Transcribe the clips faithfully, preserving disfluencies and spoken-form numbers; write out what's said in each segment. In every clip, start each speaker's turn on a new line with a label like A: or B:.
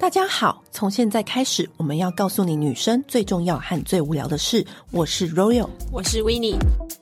A: 大家好，从现在开始，我们要告诉你女生最重要和最无聊的事。我是 Royal，
B: 我是 Winnie。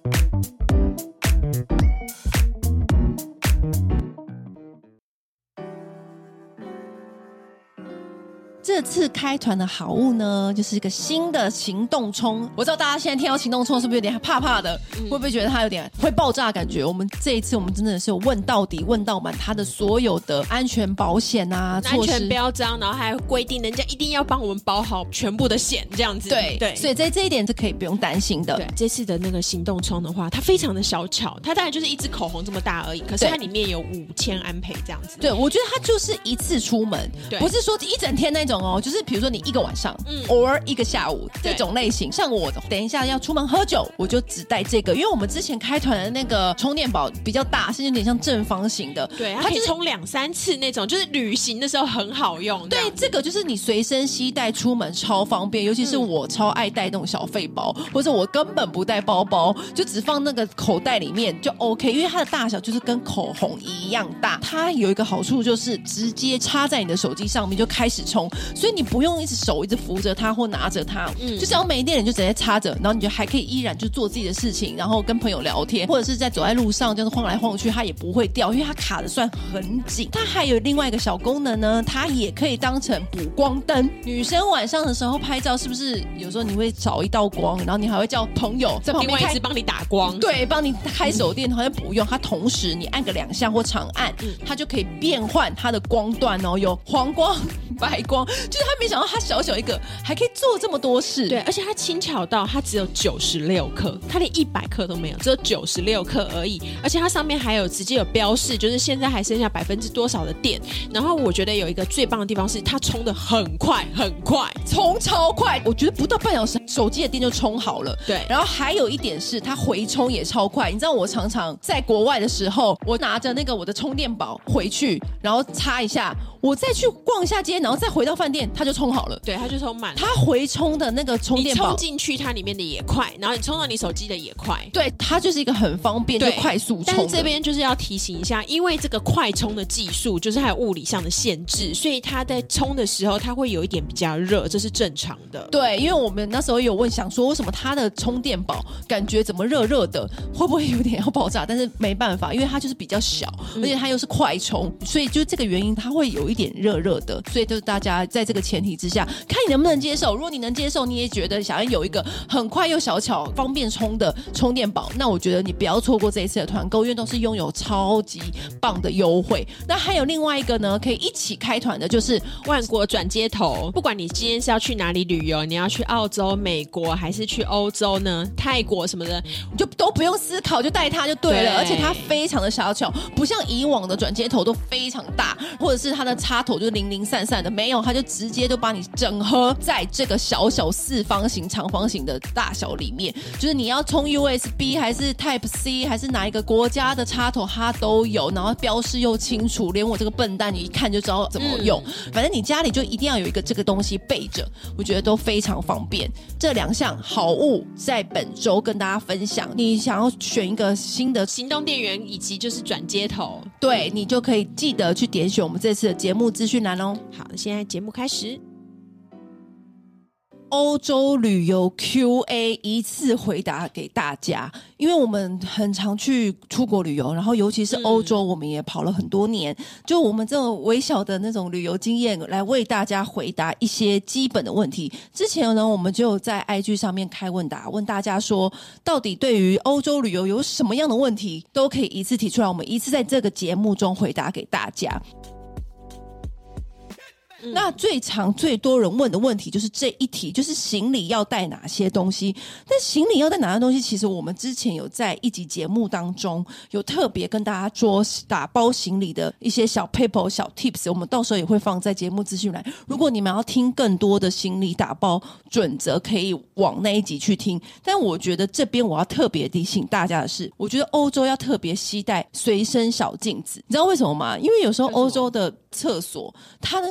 A: 这次开团的好物呢，就是一个新的行动充。我知道大家现在听到行动充是不是有点怕怕的、嗯、会不会觉得它有点会爆炸的感觉？我们这一次我们真的是有问到底问到满它的所有的安全保险啊，
B: 安全标章，然后还规定人家一定要帮我们保好全部的险，这样子。
A: 对对，所以在这一点是可以不用担心的。
B: 对，这次的那个行动充的话，它非常的小巧，它当然就是一支口红这么大而已，可是它里面有五千安培这样子。
A: 对，我觉得它就是一次出门，不是说一整天那种哦，就是比如说你一个晚上，嗯 or 一个下午这种类型。像我等一下要出门喝酒，我就只带这个，因为我们之前开团的那个充电宝比较大，是有点像正方形的，
B: 对，它可以充两三次那种，就是旅行的时候很好用。
A: 对，这个就是你随身携带出门超方便，尤其是我超爱带那种小废包，嗯、或者我根本不带包包，就只放那个口袋里面就 OK， 因为它的大小就是跟口红一样大。它有一个好处就是直接插在你的手机上面就开始充，所以你不用一直手一直扶着它或拿着它，嗯，就只要没电你就直接插着，然后你就还可以依然就做自己的事情，然后跟朋友聊天，或者是在走在路上就是晃来晃去，它也不会掉，因为它卡的算很紧。它还有另外一个小功能呢，它也可以当成补光灯。女生晚上的时候拍照是不是有时候你会找一道光，然后你还会叫朋友在旁边
B: 另外一直帮你打光，
A: 对，帮你开手电，好像不用，它同时你按个两下或长按、嗯、它就可以变换它的光段哦，有黄光白光，就是他没想到他小小一个还可以做这么多事。
B: 对，而且他轻巧到他只有九十六克，他连一百克都没有，只有九十六克而已。而且它上面还有直接有标示，就是现在还剩下百分之多少的电。然后我觉得有一个最棒的地方是它充的很快很快，
A: 充超快，我觉得不到半小时手机的电就充好了。
B: 对，
A: 然后还有一点是它回充也超快。你知道我常常在国外的时候，我拿着那个我的充电宝回去，然后插一下，我再去逛一下街，然后再回到饭店，它就充好了。
B: 对，它就充满了。
A: 它回充的那个充电宝，
B: 你充进去它里面的也快，然后你充到你手机的也快。
A: 对，它就是一个很方便就快速充。
B: 但是这边就是要提醒一下，因为这个快充的技术就是还有物理上的限制，所以它在充的时候它会有一点比较热，这是正常的。
A: 对，因为我们那时候有问，想说为什么它的充电宝感觉怎么热热的，会不会有点要爆炸？但是没办法，因为它就是比较小，而且它又是快充，所以就这个原因它会有一点热热的。所以就是大家在这个前提之下，看你能不能接受。如果你能接受，你也觉得想要有一个很快又小巧方便充的充电宝，那我觉得你不要错过这一次的团购，因为都是拥有超级棒的优惠。那还有另外一个呢，可以一起开团的，就是
B: 万国转接头。不管你今天是要去哪里旅游，你要去澳洲、美国还是去欧洲呢，泰国什么的，
A: 你就都不用思考，就带它就对了。对，而且它非常的小巧，不像以往的转接头都非常大，或者是它的插头就是零零散散的，没有，它就直接就把你整合在这个小小四方形、长方形的大小里面。就是你要充 U S B 还是 Type C 还是哪一个国家的插头，它都有，然后标示又清楚，连我这个笨蛋你一看就知道怎么用、嗯、反正你家里就一定要有一个这个东西备着，我觉得都非常方便。这两项好物在本周跟大家分享，你想要选一个新的
B: 行动电源以及就是转接头，
A: 对，你就可以记得去点选我们这次的节目资讯栏哦。
B: 好，现在节目开始。
A: 欧洲旅游 Q A 一次回答给大家，因为我们很常去出国旅游，然后尤其是欧洲、嗯、我们也跑了很多年，就我们这种微小的那种旅游经验来为大家回答一些基本的问题。之前呢，我们就在 I G 上面开问答，问大家说到底对于欧洲旅游有什么样的问题都可以一次提出来，我们一次在这个节目中回答给大家。嗯、那最常最多人问的问题就是这一题，就是行李要带哪些东西。但行李要带哪些东西，其实我们之前有在一集节目当中有特别跟大家说打包行李的一些小 paper 小 tips， 我们到时候也会放在节目资讯栏。如果你们要听更多的行李打包准则，可以往那一集去听。但我觉得这边我要特别提醒大家的是，我觉得欧洲要特别携带随身小镜子。你知道为什么吗？因为有时候欧洲的厕所它那个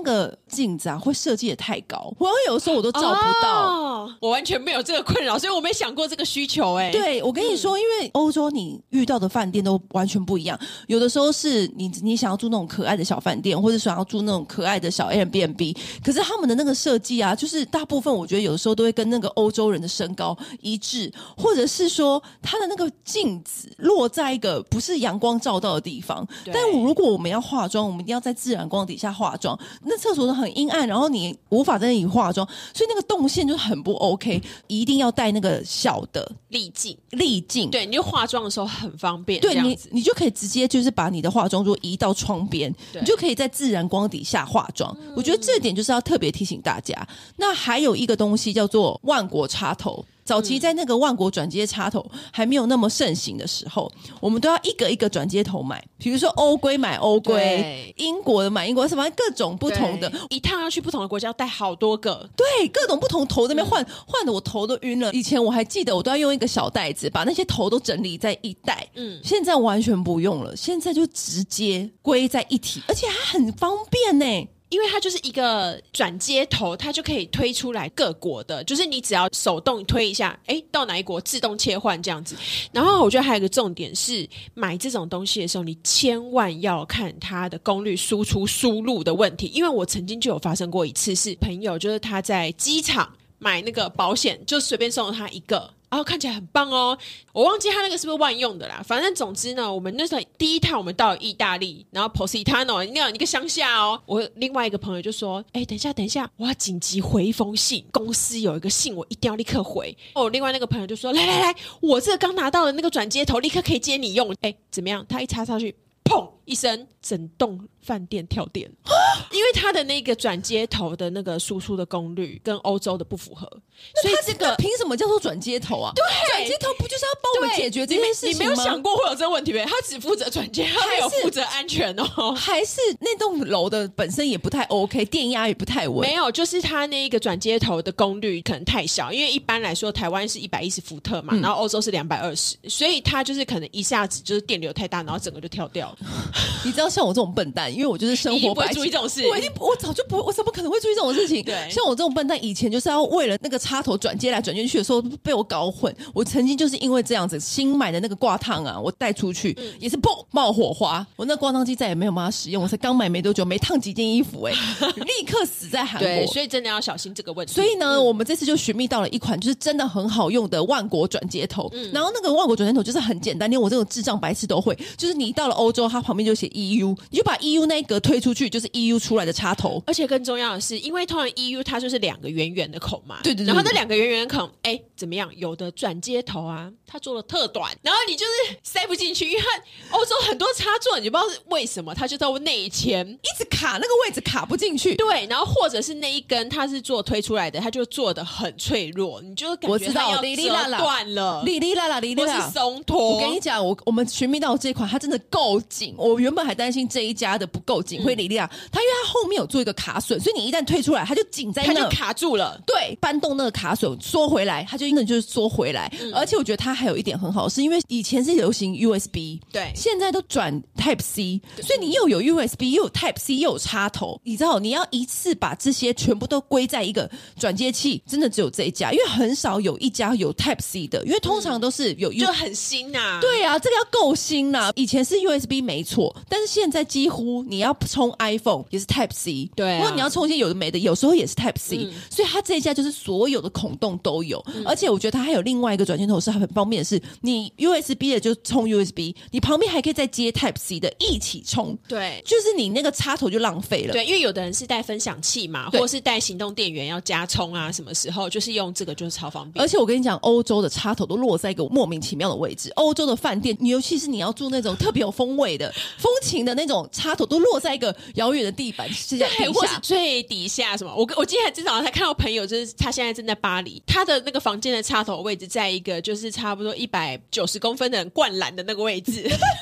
A: 镜子啊会设计的太高，我有的时候我都照不到、
B: 哦、我完全没有这个困扰，所以我没想过这个需求。哎，
A: 对，我跟你说、嗯、因为欧洲你遇到的饭店都完全不一样，有的时候是你你想要住那种可爱的小饭店，或者想要住那种可爱的小 Airbnb， 可是他们的那个设计啊，就是大部分我觉得有的时候都会跟那个欧洲人的身高一致，或者是说他的那个镜子落在一个不是阳光照到的地方，但如果我们要化妆，我们一定要在自然光底下化妆，那厕所都很阴暗，然后你无法在那里化妆，所以那个动线就很不 OK， 一定要带那个小的
B: 滤镜，
A: 滤镜，
B: 对，你就化妆的时候很方便，
A: 对，你你就可以直接就是把你的化妆桌移到窗边，你就可以在自然光底下化妆、嗯、我觉得这点就是要特别提醒大家。那还有一个东西叫做万国插头，早期在那个万国转接插头还没有那么盛行的时候，我们都要一个一个转接头买，比如说欧规买欧规，英国的买英国，什么各种不同的，
B: 一趟要去不同的国家要带好多个，
A: 对，各种不同头在那边换，换、嗯、的我头都晕了。以前我还记得我都要用一个小袋子把那些头都整理在一袋，嗯，现在完全不用了，现在就直接归在一体，而且还很方便呢、欸。
B: 因为它就是一个转接头，它就可以推出来各国的，就是你只要手动推一下，诶，到哪一国自动切换这样子。然后我觉得还有一个重点是，买这种东西的时候，你千万要看它的功率输出输入的问题。因为我曾经就有发生过一次，是朋友就是他在机场买那个保险，就随便送了他一个，然后看起来很棒哦，我忘记他那个是不是万用的啦，反正总之呢，我们那时候第一趟我们到意大利，然后 Positano 那一个乡下哦，我另外一个朋友就说，哎，等一下等一下，我要紧急回一封信，公司有一个信我一定要立刻回。哦，另外那个朋友就说，来来来，我这个刚拿到的那个转接头立刻可以接你用，哎，怎么样？他一插上去，砰一声，整栋饭店跳电，因为它的那个转接头的那个输出的功率跟欧洲的不符合，所以这个
A: 凭什么叫做转接头啊？
B: 对，
A: 转接头不就是要帮我们解决这件事情吗？
B: 你没有想过会有这个问题呗？他只负责转接，他没有负责安全哦。
A: 还是那栋楼的本身也不太 OK， 电压也不太稳。
B: 没有，就是它那个转接头的功率可能太小，因为一般来说台湾是一百一十伏特嘛、嗯，然后欧洲是两百二十，所以它就是可能一下子就是电流太大，然后整个就跳掉了。
A: 你知道像我这种笨蛋，因为我就是生活白痴，
B: 你不会注意这种事，
A: 我一定我早就不会，我怎么可能会注意这种事情？对，像我这种笨蛋，以前就是要为了那个插头转接来转接去的时候被我搞混。我曾经就是因为这样子，新买的那个挂烫啊，我带出去、嗯、也是砰冒火花，我那挂烫机再也没有办法使用。我才刚买没多久，没烫几件衣服、欸，哎，立刻死在韩国。
B: 对，所以真的要小心这个问题。
A: 所以呢、嗯，我们这次就寻觅到了一款就是真的很好用的万国转接头、嗯。然后那个万国转接头就是很简单，连我这种智障白痴都会。就是你到了欧洲，它旁边就写 E U， 你就把 E U 那一格推出去，就是 E U 出来的插头。
B: 而且更重要的是，因为通常 E U 它就是两个圆圆的孔嘛，
A: 对对对。
B: 然后这两个圆圆的孔，哎，怎么样？有的转接头啊，它做的特短，然后你就是塞不进去，因为它欧洲很多插座，你不知道是为什么，它就在内嵌，
A: 一直卡那个位置卡不进去。
B: 对，然后或者是那一根它是做推出来的，它就做的很脆弱，你就感觉它要折断了，
A: 哩哩啦啦，哩哩啦，
B: 或是松脱。
A: 我跟你讲，我我们寻觅到这款，它真的够紧。我原本还担心这一家的不够紧、嗯、会哩哩啦，它因为它后面有做一个卡榫，所以你一旦推出来，它就紧在那，
B: 它就卡住了。
A: 对，搬动那个卡榫缩回来，它就真的就是缩回来、嗯。而且我觉得它还有一点很好，是因为以前是流行 U S B，
B: 对，
A: 现在都转 Type C， 所以你又有 U S B 又有 Type C 又有插头，你知道你要一次把这些全部都归在一个转接器，真的只有这一家，因为很少有一家有 Type C 的，因为通常都是有 U，、
B: 嗯、就很新啊。
A: 对啊，这个要够新啊。以前是 U S B 没错，但是现在几乎你要充 iPhone 也是 Type C，
B: 对、啊，
A: 或者你要充一些有的没的，有时候也是 Type C，、嗯、所以它这一家就是所有的孔洞都有、嗯，而且我觉得它还有另外一个转接头是很方便的是，你 U S B 的就充 U S B， 你旁边还可以再接 Type C 的一起充，
B: 对，
A: 就是你那个插头就浪费了。
B: 对，因为有的人是带分享器嘛，或是带行动电源要加充啊，什么时候就是用这个就是超方便。
A: 而且我跟你讲，欧洲的插头都落在一个莫名其妙的位置，欧洲的饭店，尤其是你要住那种特别有风味的、风情的那种插头，都落在一个遥远的地板是在地下，
B: 或是最底下什么。我我今天至少才看到朋友，就是他现在正在巴黎，他的那个房间的插头位置在一个就是差不多一百九十公分的人灌篮的那个位置。到底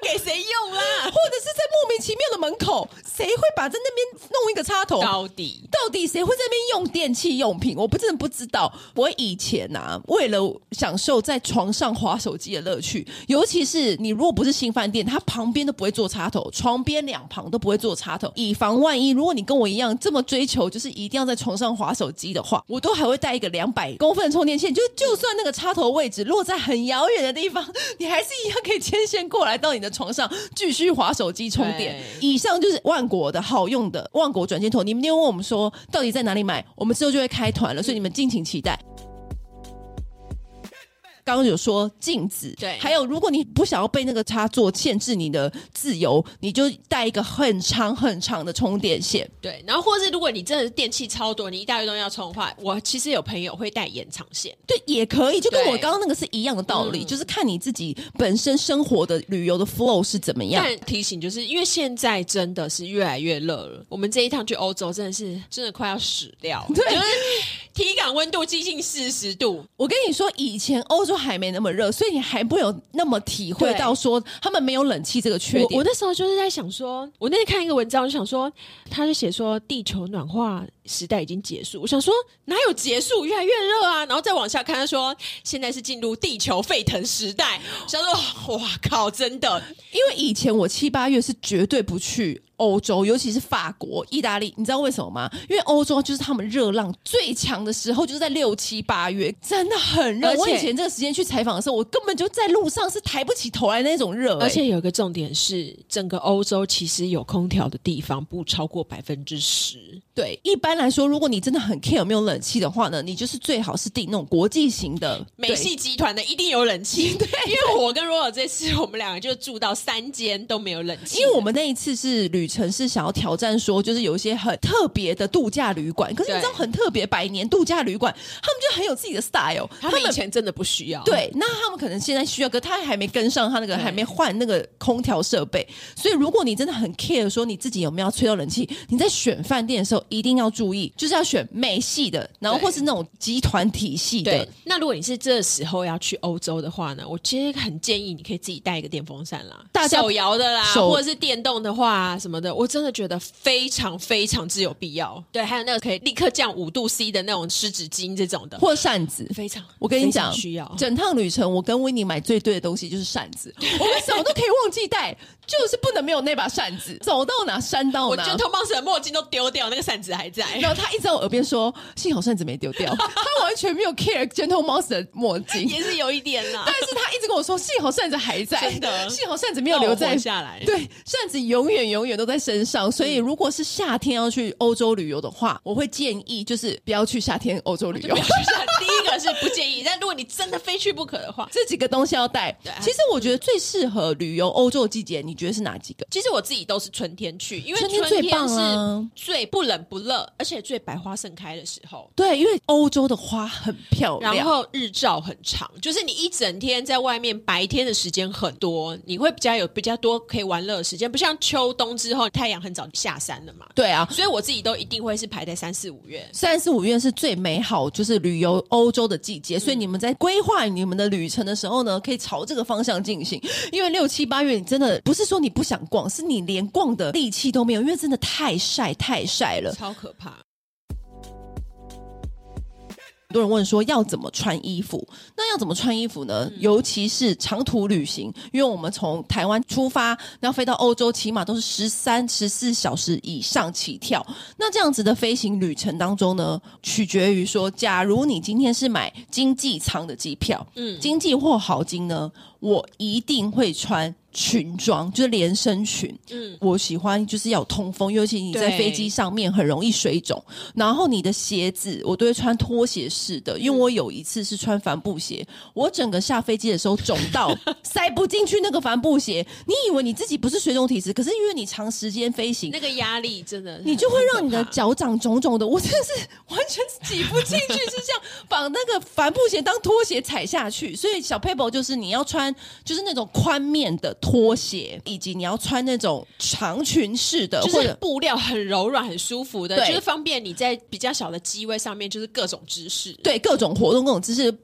B: 给谁用啦？
A: 或者是在莫名其妙的门口，谁会把在那边弄一个插头？
B: 到底
A: 到底谁会在那边用电器用品？我不真的不知道。我以前啊，为了享受在床上滑手机的乐趣，尤其是你如果不是新饭店，它旁边都不会做插头，床边两旁都不会做插头，以防万一，如果你跟我一样这么追求，就是一定要在床上滑手机的话，我都还会带一个两百公分的充电线，就就算那个插头位置落在很遥远的地方，你还是一样可以牵线过来到你的床上继续滑手机充电。以上就是万国的好用的万国转接头，你们就问我们说到底在哪里买，我们之后就会开团了，所以你们敬请期待。刚刚有说镜子，
B: 对，
A: 还有如果你不想要被那个插座限制你的自由，你就带一个很长很长的充电线。
B: 对，然后或是如果你真的是电器超多，你一大堆东西要充的话，我其实有朋友会带延长线，
A: 对，也可以，就跟我刚刚那个是一样的道理，就是看你自己本身生活的旅游的 flow 是怎么样。
B: 但提醒就是因为现在真的是越来越热了，我们这一趟去欧洲真的是真的快要死掉，对，就是体感温度接近四十度。
A: 我跟你说，以前欧洲还没那么热，所以你还不有那么体会到说他们没有冷气这个缺点。
B: 我, 我那时候就是在想说，我那天看一个文章，我就想说，他就写说地球暖化时代已经结束。我想说哪有结束，越来越热啊！然后再往下看，他说现在是进入地球沸腾时代。我想说，哇靠，真的！
A: 因为以前我七八月是绝对不去欧洲，尤其是法国、意大利，你知道为什么吗？因为欧洲就是他们热浪最强的时候，就是在六七八月，真的很热。我以前这个时间去采访的时候，我根本就在路上是抬不起头来那种热、欸。
B: 而且有一个重点是，整个欧洲其实有空调的地方不超过百分之十。
A: 对，一般来说，如果你真的很 care 有没有冷气的话呢，你就是最好是订那种国际型的
B: 美系集团的，一定有冷气。对，因为我跟 Royal 这次我们两个就住到三间都没有冷气，
A: 因为我们那一次是旅程是想要挑战说，就是有一些很特别的度假旅馆，可是你知道很特别百年度假旅馆，他们就很有自己的 style，
B: 他们以前真的不需要。
A: 对，那他们可能现在需要，可他还没跟上，他那个还没换那个空调设备，所以如果你真的很 care 说你自己有没有要吹到冷气，你在选饭店的时候一定要注意，就是要选美系的，然后或是那种集团体系的。
B: 对，那如果你是这时候要去欧洲的话呢，我其实很建议你可以自己带一个电风扇啦，大手摇的啦，或者是电动的话什么的，我真的觉得非常非常之有必要。对，还有那个可以立刻降五度 C 的那种湿纸巾这种的，
A: 或扇子，
B: 非常。
A: 我跟你讲，
B: 需要
A: 整趟旅程，我跟维尼买最对的东西就是扇子，我们什么都可以忘记带，就是不能没有那把扇子，走到哪扇到哪。
B: 我Gentle Monster的墨镜都丢掉，那个扇子还在。
A: 然后他一直在我耳边说：“幸好扇子没丢掉。”他完全没有 care Gentle Monster 的墨镜，
B: 也是有一点啦。
A: 但是他一直跟我说：“幸好扇子还在，
B: 真的，
A: 幸好扇子没有留在
B: 下来。”
A: 对，扇子永远永远都在身上。所以如果是夏天要去欧洲旅游的话，我会建议就是不要去夏天欧洲旅游。
B: 第一个是不建议，但如果你真的非去不可的话，
A: 这几个东西要带。其实我觉得最适合旅游欧洲的季节，你觉得是哪几个？
B: 其实我自己都是春天去，因为春
A: 天最棒
B: 是最不冷不热，而且最百花盛开的时候。
A: 对，因为欧洲的花很漂亮，
B: 然后日照很长，就是你一整天在外面，白天的时间很多，你会比较有比较多可以玩乐的时间，不像秋冬之后太阳很早就下山了嘛。
A: 对啊，
B: 所以我自己都一定会是排在三四五月，
A: 三四五月是最美好，就是旅游欧洲的季节。所以你们在规划你们的旅程的时候呢，可以朝这个方向进行。因为六七八月你真的不是说你不想逛，是你连逛的力气都没有，因为真的太晒太晒了，
B: 超可怕。
A: 很多人问说要怎么穿衣服，那要怎么穿衣服呢？嗯、尤其是长途旅行，因为我们从台湾出发要飞到欧洲，起码都是十三、十四小时以上起跳。那这样子的飞行旅程当中呢，取决于说，假如你今天是买经济舱的机票，嗯，经济或豪金呢，我一定会穿裙装，就是连身裙。嗯，我喜欢就是要有通风，尤其你在飞机上面很容易水肿。然后你的鞋子我都会穿拖鞋式的，因为我有一次是穿帆布鞋，我整个下飞机的时候肿到塞不进去那个帆布鞋。你以为你自己不是水肿体质，可是因为你长时间飞行，
B: 那个压力真的，
A: 你就会让你的脚长肿肿的。我真的是完全挤不进去，是这样把那个帆布鞋当拖鞋踩下去。所以小撇步就是你要穿就是那种宽面的拖鞋，以及你要穿那种长裙式的，
B: 就是布料很柔软很舒服的，
A: 对，
B: 就是方便你在比较小的机位上面就是各种姿势，
A: 对，各种活动各种姿势，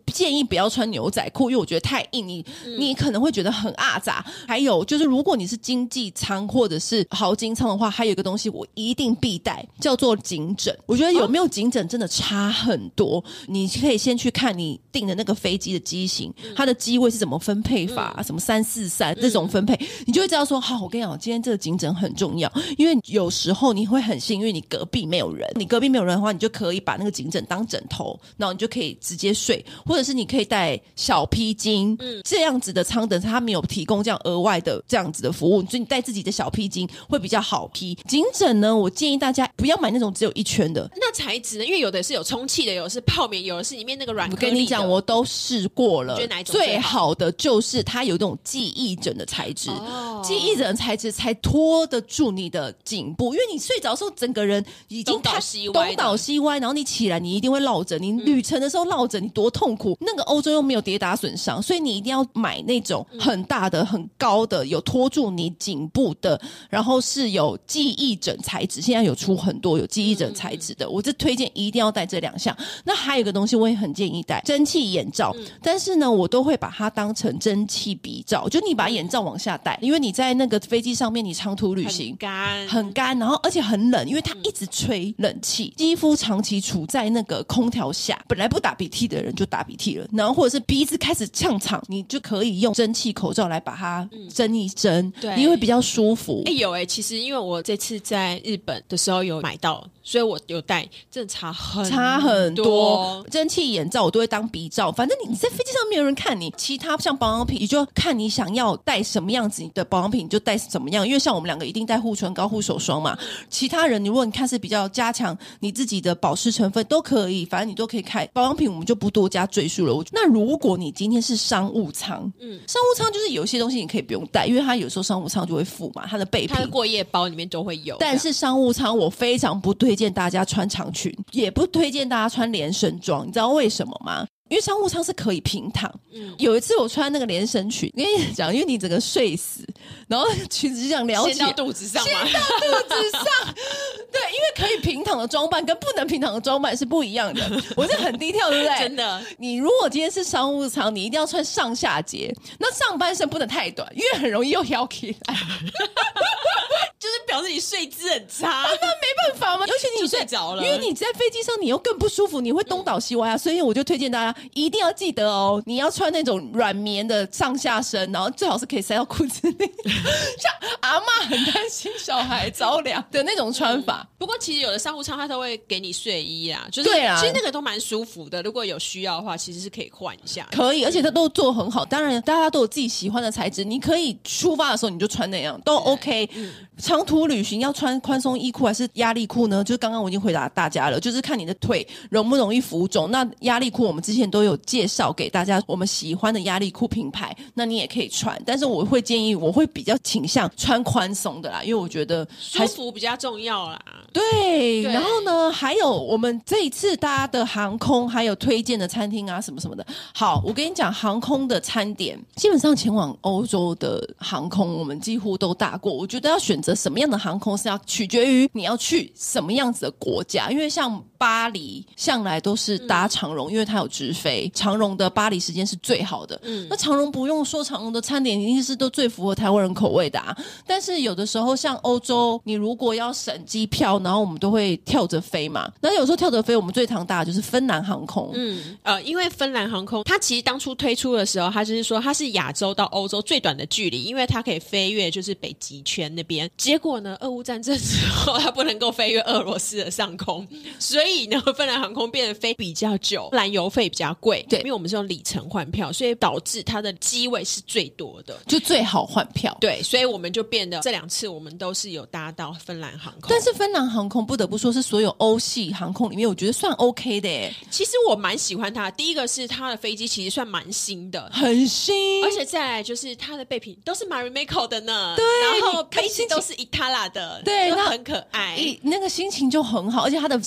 A: 建议不要穿牛仔裤，因为我觉得太硬，你、嗯、你可能会觉得很阿杂。还有就是如果你是经济舱或者是豪金舱的话，还有一个东西我一定必带，叫做颈枕。我觉得有没有颈枕真的差很多、嗯、你可以先去看你订的那个飞机的机型、嗯、它的机位是怎么分配法、嗯、什么三四三这种分配、嗯、你就会知道说好，我跟你讲今天这个颈枕很重要，因为有时候你会很幸运你隔壁没有人，你隔壁没有人的话，你就可以把那个颈枕当枕头，然后你就可以直接睡，或者是你可以带小披巾、嗯、这样子的舱等它没有提供这样额外的这样子的服务，所以你带自己的小披巾会比较好披。颈枕呢，我建议大家不要买那种只有一圈的。
B: 那材质呢？因为有的是有充气的，有的是泡棉，有的是里面那个软颗粒的。
A: 我跟你讲我都试过了，
B: 你觉得哪一种
A: 最好的就是它有一种记忆枕的材质、哦、记忆枕的材质才拖得住你的颈部，因为你睡着的时候整个人已经
B: 东倒西歪
A: 东倒西歪，然后你起来你一定会落枕，你旅程的时候落枕你多痛苦、嗯、那个欧洲又没有跌打损伤，所以你一定要买那种很大的很高的有拖住你颈部的，然后是有记忆枕材质，现在有出很多有记忆枕材质的、嗯、我这推荐一定要带这两项。那还有一个东西我也很建议带蒸汽眼罩、嗯、但是呢我都会把它当成蒸汽鼻罩，就你把眼罩往下戴，因为你在那个飞机上面你长途旅行
B: 很干
A: 很干，然后而且很冷，因为它一直吹冷气、嗯、肌肤长期处在那个空调下，本来不打鼻涕的人就打鼻涕了，然后或者是鼻子开始呛场，你就可以用蒸汽口罩来把它蒸一蒸、嗯、你会比较舒服。
B: 哎、欸、有哎、欸，其实因为我这次在日本的时候有买到，所以我有戴，真的差很多
A: 差很多。蒸汽眼罩我都会当鼻罩，反正你你在飞机上没有人看你，其他像保养品你就看你想要带什么样子的保养品你就带什么样，因为像我们两个一定带护唇膏护手霜嘛，其他人如果你看是比较加强你自己的保湿成分都可以，反正你都可以看保养品，我们就不多加赘述了。那如果你今天是商务舱，嗯，商务舱就是有些东西你可以不用带，因为它有时候商务舱就会附嘛，它的备品
B: 它的过夜包里面都会有，
A: 但是商务舱我非常不推荐大家穿长裙，也不推荐大家穿连身装，你知道为什么吗？因为商务舱是可以平躺、嗯、有一次我穿那个连身裙，跟你讲，因为你整个睡死，然后裙子就这样撩起
B: 掀到肚子上吗？
A: 掀到肚子上对，因为可以平躺的装扮跟不能平躺的装扮是不一样的，我是很低调对不对？
B: 真的，
A: 你如果今天是商务舱你一定要穿上下节，那上半身不能太短，因为很容易又腰起来
B: 就是表示你睡姿很差、啊、
A: 那没办法嘛，尤其你
B: 就睡着了，
A: 因为你在飞机上你又更不舒服，你会东倒西歪啊、嗯、所以我就推荐大家一定要记得哦，你要穿那种软绵的上下身，然后最好是可以塞到裤子里像阿嬷很担心小孩着凉的那种穿法、嗯、
B: 不过其实有的商务舱他都会给你睡衣啦，就是
A: 对啊，
B: 其实那个都蛮舒服的，如果有需要的话其实是可以换一下，
A: 可以，而且它都做很好，当然大家都有自己喜欢的材质，你可以出发的时候你就穿那样都 OK、嗯、长途旅行要穿宽松衣裤还是压力裤呢？就是刚刚我已经回答大家了，就是看你的腿容不容易浮肿。那压力裤我们之前都有介绍给大家我们喜欢的压力裤品牌，那你也可以穿，但是我会建议我会比较倾向穿宽松的啦，因为我觉得
B: 舒服比较重要啦。
A: 对, 对，然后呢还有我们这一次大家的航空还有推荐的餐厅啊什么什么的。好，我跟你讲，航空的餐点基本上前往欧洲的航空我们几乎都搭过，我觉得要选择什么样的航空是要取决于你要去什么样子的国家，因为像巴黎向来都是搭长荣、嗯、因为它有直飞，长荣的巴黎时间是最好的、嗯、那长荣不用说，长荣的餐点一定是都最符合台湾人口味的啊。但是有的时候像欧洲你如果要省机票，然后我们都会跳着飞嘛，那有时候跳着飞我们最常搭的就是芬兰航空。
B: 嗯，呃，因为芬兰航空它其实当初推出的时候它就是说它是亚洲到欧洲最短的距离，因为它可以飞越就是北极圈那边，结果呢俄乌战争之后它不能够飞越俄罗斯的上空，所以呢芬兰航空变得飞比较久，燃油费比较贵，对，因为我们是用里程换票，所以导致它的机位是最多的，
A: 就最好换票。
B: 对，所以我们就变得这两次我们都是有搭到芬兰航空。
A: 但是芬兰航空不得不说是所有欧系航空里面我觉得算 OK 的耶。
B: 其实我蛮喜欢它，第一个是它的飞机其实算蛮新的，
A: 很新，
B: 而且再来就是它的备品都是 Marimekko 的呢，
A: 对，
B: 然后杯子都是 Itala 的，
A: 对，
B: 就很可爱，
A: 那个心情就很好，而且它的商务舱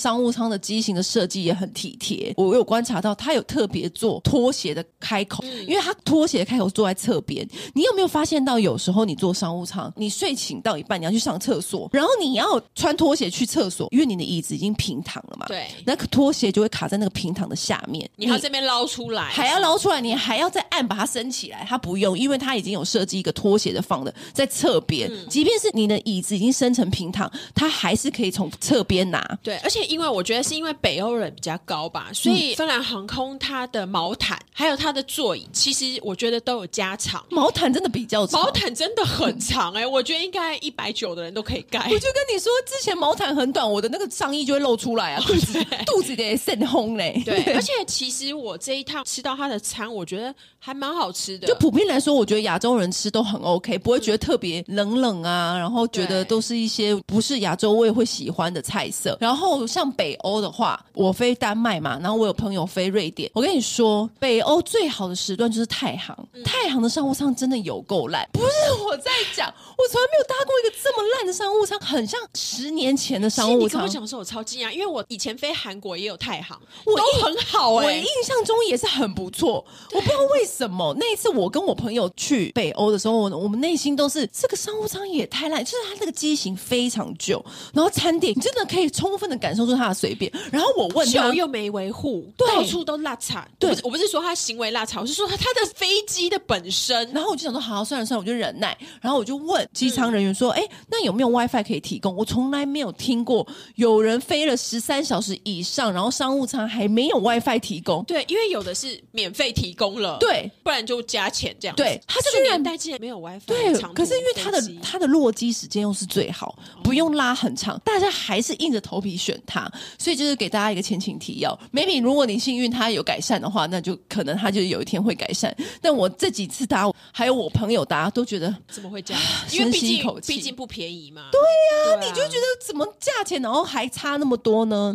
A: 的机型的设计也很体贴，我有观察到它有特别做拖鞋的开口、嗯、因为它拖鞋的开口坐在侧边，你有没有发现到有时候你坐商务舱，你睡醒到一半你要去上厕所，然后你要穿拖鞋去厕所，因为你的椅子已经平躺了嘛，
B: 对，
A: 那个拖鞋就会卡在那个平躺的下面，
B: 你还要这边捞出来，
A: 还要捞出来，你还要再按把它升起来，它不用，因为它已经有设计一个拖鞋的放的在侧边、嗯、即便是你的椅子已经升成平躺，它还是可以从侧边拿。
B: 对，而且因为我觉得是因为北欧人比较高吧，所以芬兰航空它的毛毯还有它的座椅其实我觉得都有加长，
A: 毛毯真的比较长，
B: 毛毯真的很长哎、欸，我觉得应该一百九的人都可以盖。
A: 我就跟你说之前毛毯很短，我的那个上衣就会露出来啊，肚子肚子得渗烘嘞。
B: 对，而且其实我这一趟吃到它的餐我觉得还蛮好吃的，
A: 就普遍来说我觉得亚洲人吃都很 OK， 不会觉得特别冷冷啊、嗯、然后觉得都是一些不是亚洲味会喜欢的菜色。然后像北欧的话，我飞丹麦嘛，然后我有朋友飞瑞典，我跟你说北欧最好的时段就是太行、嗯、太行的商务舱真的有够烂，不是我在讲，我从来没有搭过一个这么烂的商务舱，很像十年前的商务舱。
B: 你跟我讲说我超惊讶，因为我以前飞韩国也有太行，我都很好哎、欸，
A: 我印象中也是很不错，我不知道为什么那一次我跟我朋友去北欧的时候，我们内心都是这个商务舱也太烂，就是它那个机型非常旧，然后餐点你真的可以充分的感受出它的随便，然后我问他
B: 旧又没维护，到处都落差，对，我不是，我不是说他行为落差，我是说他的飞机的本身。
A: 然后我就想说好算了算了，我就忍耐，然后我就问机舱人员说哎、嗯，那有没有 WiFi 可以提供？我从来没有听过有人飞了十三小时以上，然后商务舱还没有 WiFi 提供。
B: 对，因为有的是免费提供了，
A: 对，
B: 不然就加钱这样子。
A: 对，
B: 他这个年代竟然没有 WiFi，
A: 对，可是因为他的他的落机时间又是最好，不用拉很长，大家还是硬着头皮选它，所以就是给大家一个前情提要。maybe 如果你幸运它有改善的话，那就可能它就有一天会改善。但我这几次搭，还有我朋友搭，都觉得
B: 怎么会这样？因为毕竟毕竟不便宜嘛。
A: 对呀、啊啊，你就觉得怎么价钱然后还差那么多呢？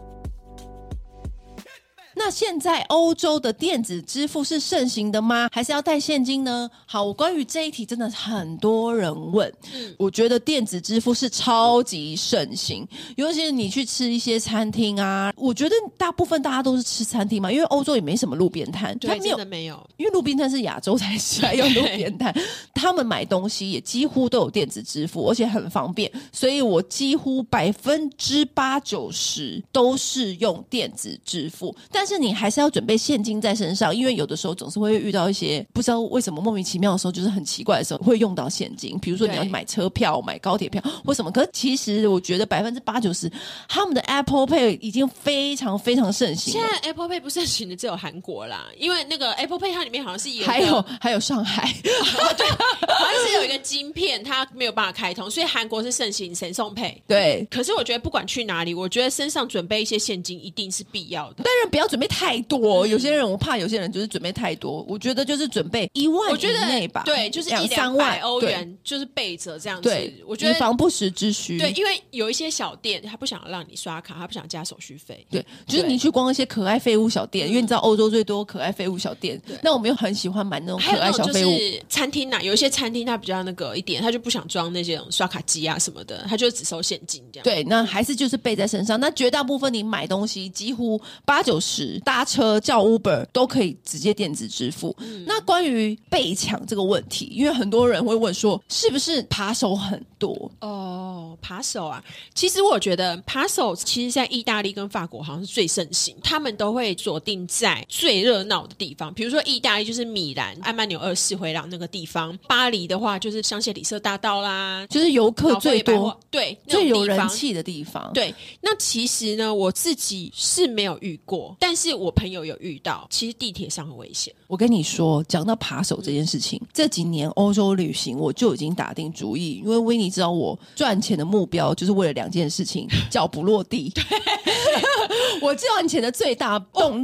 A: 那现在欧洲的电子支付是盛行的吗？还是要带现金呢？好，我关于这一题真的很多人问、嗯、我觉得电子支付是超级盛行，尤其是你去吃一些餐厅啊，我觉得大部分大家都是吃餐厅嘛，因为欧洲也没什么路边摊，
B: 对，真的没有，
A: 因为路边摊是亚洲才才有路边摊，他们买东西也几乎都有电子支付，而且很方便，所以我几乎百分之八九十都是用电子支付，但是你还是要准备现金在身上，因为有的时候总是会遇到一些不知道为什么莫名其妙的时候，就是很奇怪的时候会用到现金，比如说你要买车票、买高铁票或什么。可是其实我觉得百分之八九十他们的 Apple Pay 已经非常非常盛行了。
B: 现在 Apple Pay 不盛行的只有韩国啦，因为那个 Apple Pay 它里面好像是有
A: 还有还有上海、
B: 哦、对，好像是有一个晶片它没有办法开通，所以韩国是盛行神送 Pay。
A: 对，
B: 可是我觉得不管去哪里，我觉得身上准备一些现金一定是必要的，
A: 当然不要准备太多、嗯、有些人我怕有些人就是准备太多，我觉得就是准备一万以内吧，
B: 对，就是一两百欧元就是备着这样子，
A: 对，
B: 我觉得
A: 以防不时之需。
B: 对，因为有一些小店他不想让你刷卡，他不想加手续费，
A: 对，就是你去逛一些可爱废物小店，因为你知道欧洲最多可爱废物小店，那我们又很喜欢买那种可爱小废物。
B: 就是餐厅啊，有一些餐厅它比较那个一点，他就不想装那些刷卡机啊什么的，他就只收现金这样。
A: 对，那还是就是备在身上。那绝大部分你买东西几乎八九十搭车叫 Uber 都可以直接电子支付、嗯、那关于被抢这个问题，因为很多人会问说是不是扒手很多
B: 哦，扒手啊，其实我觉得扒手其实在意大利跟法国好像是最盛行，他们都会锁定在最热闹的地方，比如说意大利就是米兰埃曼纽二世回廊那个地方，巴黎的话就是香榭里舍大道啦，
A: 就是游客最多，
B: 对，
A: 最有人气的地方。
B: 对，那其实呢我自己是没有遇过，但是我朋友有遇到，其实地铁上很危险。
A: 我跟你说，讲到扒手这件事情、嗯、这几年欧洲旅行我就已经打定主意，因为维尼知道我赚钱的目标就是为了两件事情，脚不落地我赚钱的最大动力、哦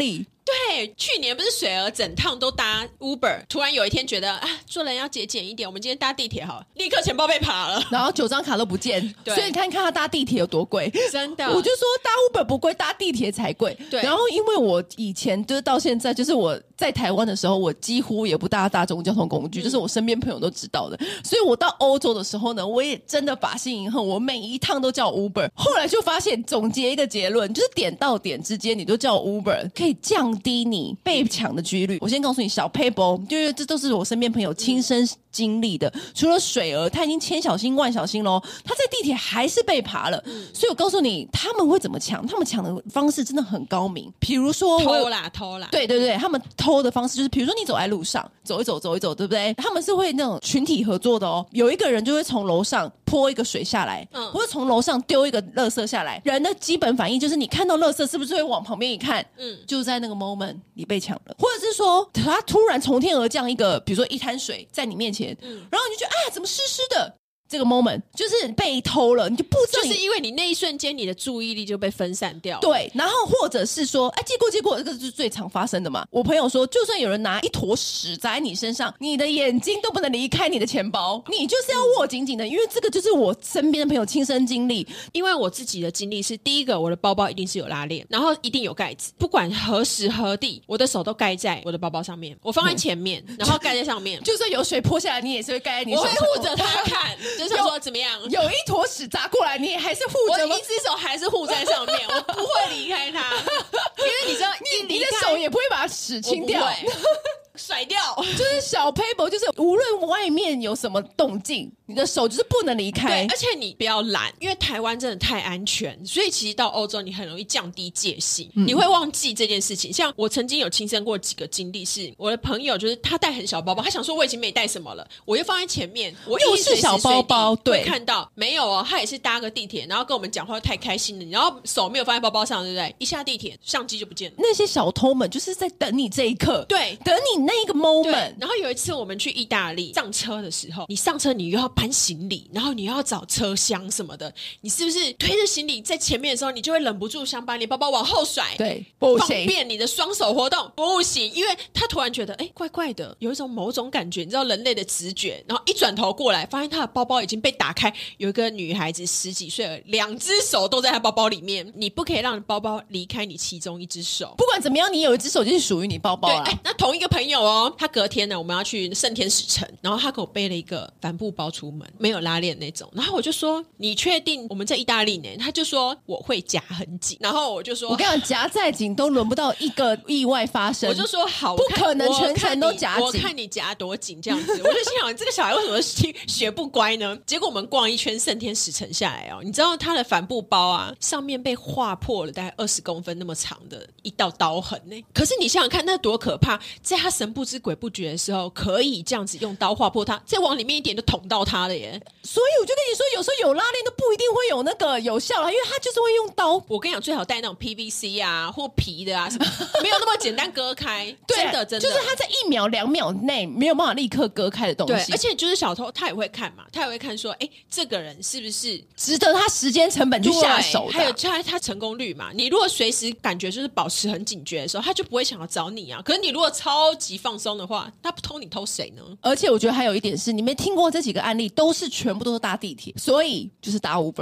B: 对，去年不是水儿整趟都搭 Uber， 突然有一天觉得啊，做人要节俭一点，我们今天搭地铁好了，立刻钱包被扒了，
A: 然后九张卡都不见。所以你看看他搭地铁有多贵，
B: 真的。
A: 我就说搭 Uber 不贵，搭地铁才贵。
B: 对。
A: 然后因为我以前就是到现在，就是我在台湾的时候，我几乎也不搭大众交通工具，嗯、就是我身边朋友都知道的。所以我到欧洲的时候呢，我也真的把心一横，我每一趟都叫 Uber。后来就发现，总结一个结论，就是点到点之间，你都叫 Uber， 可以降低你被抢的几率。我先告诉你小 paper， 就是这都是我身边朋友亲身经历的。嗯、除了水儿，他已经千小心万小心咯，他在地铁还是被扒了。嗯、所以我告诉你，他们会怎么抢？他们抢的方式真的很高明。比如说
B: 偷啦偷啦，
A: 对对对，他们偷的方式就是，比如说你走在路上，走一走走一走，对不对？他们是会那种群体合作的哦。有一个人就会从楼上泼一个水下来，嗯，或者从楼上丢一个垃圾下来。人的基本反应就是，你看到垃圾是不是会往旁边一看？嗯，就在那个 moment 你被抢了，或者是说他突然从天而降一个，比如说一滩水在你面前，嗯，然后你就觉得哎，怎么湿湿的？这个 moment 就是被偷了，你就不知道，
B: 就是因为你那一瞬间你的注意力就被分散掉了。
A: 对，然后或者是说，哎，结果结果这个是最常发生的嘛。我朋友说，就算有人拿一坨屎砸在你身上，你的眼睛都不能离开你的钱包，你就是要握紧紧的，因为这个就是我身边的朋友亲身经历。
B: 因为我自己的经历是，第一个，我的包包一定是有拉链，然后一定有盖子，不管何时何地，我的手都盖在我的包包上面，我放在前面，嗯、然后盖在上面，
A: 就算有水泼下来，你也是会盖在你手上，
B: 我会护着它看。就是说怎么样，
A: 有一坨屎砸过来，你也还是护着吗？
B: 我一只手还是护在上面，我不会离开它，因为你知道，
A: 你你的手也不会把屎清掉。
B: 甩掉，
A: 就是小 paper， 就是无论外面有什么动静，你的手就是不能离开。
B: 对，而且你不要懒，因为台湾真的太安全，所以其实到欧洲你很容易降低戒心，嗯、你会忘记这件事情。像我曾经有亲身过几个经历，是我的朋友，就是他带很小包包，他想说我已经没带什么了，我又放在前面，我
A: 又是小包包，对，
B: 看到没有哦？他也是搭个地铁，然后跟我们讲话太开心了，然后手没有放在包包上，对不对？一下地铁，相机就不见了。
A: 那些小偷们就是在等你这一刻，
B: 对，
A: 等你那个 moment。
B: 然后有一次我们去意大利上车的时候，你上车你又要搬行李，然后你又要找车厢什么的，你是不是推着行李在前面的时候，你就会忍不住想把你包包往后甩？
A: 对，不行，
B: 方便你的双手活动，不行，因为他突然觉得哎，怪怪的，有一种某种感觉，你知道人类的直觉，然后一转头过来，发现他的包包已经被打开，有一个女孩子十几岁了，两只手都在他包包里面，你不可以让包包离开你其中一只手。
A: 不管怎么样，你有一只手就是属于你包包啦。
B: 对，那同一个朋友哦，他隔天呢，我们要去圣天使城，然后他给我背了一个帆布包出门，没有拉链那种，然后我就说你确定我们在意大利呢？他就说我会夹很紧，然后我就说
A: 我跟你讲，夹再紧都轮不到一个意外发生。
B: 我就说好，
A: 不可能全程都夹紧，
B: 我看你夹多紧这样子。我就心想这个小孩为什么学不乖呢？结果我们逛一圈圣天使城下来哦，你知道他的帆布包啊，上面被划破了大概二十公分那么长的一道刀痕呢。可是你想想看，那多可怕！在他神不知鬼不觉的时候，可以这样子用刀划破它，再往里面一点就捅到他了耶。
A: 所以我就跟你说，有时候有拉链都不一定会有那个有效了，因为他就是会用刀。
B: 我跟你讲，最好带那种 P V C 啊或皮的啊，什么没有那么简单割开。真的真的，
A: 就是他在一秒两秒内没有办法立刻割开的东西。
B: 对，而且就是小偷他也会看嘛，他也会看说，哎，这个人是不是
A: 值得他时间成本去下手的？
B: 还有他他成功率嘛。你如果随时感觉就是保持很警觉的时候，他就不会想要找你啊。可是你如果超级放松的话，他不偷你偷谁呢？
A: 而且我觉得还有一点是，你没听过这几个案例都是全部都是搭地铁，所以就是搭 Uber。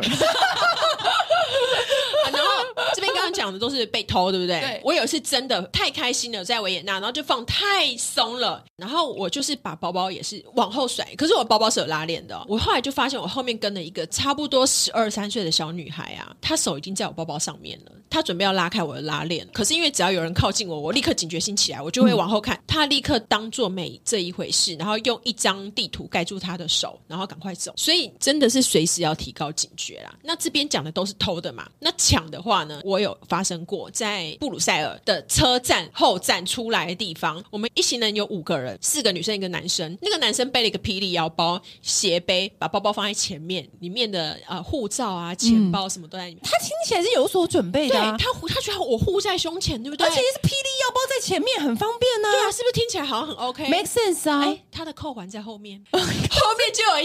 B: 然后这边刚刚讲的都是被偷，对不对？
A: 对。
B: 我有一次真的太开心了，在维也纳，然后就放太松了，然后我就是把包包也是往后甩，可是我包包是有拉链的、哦。我后来就发现我后面跟了一个差不多十二三岁的小女孩啊，她手已经在我包包上面了，她准备要拉开我的拉链，可是因为只要有人靠近我，我立刻警觉心起来，我就会往后看，嗯、她立刻当作没这一回事，然后用一张地图盖住她的手，然后赶快走。所以真的是随时要提高警觉啦。那这边讲的都是偷的嘛，那抢的话呢，我有发生过在布鲁塞尔的车站后站出来的地方，我们一行人有五个人，四个女生一个男生，那个男生背了一个霹雳腰包斜背，把包包放在前面，里面的呃护照啊钱包什么都在里面、嗯、
A: 他听起来是有所准备的、啊、
B: 对，他他觉得我护在胸前，对不对？
A: 而且是霹雳腰包在前面很方便啊。
B: 对啊，是不是听起来好像很 OK，
A: make sense 啊？
B: 哎，他的扣环在后面后面就有一个白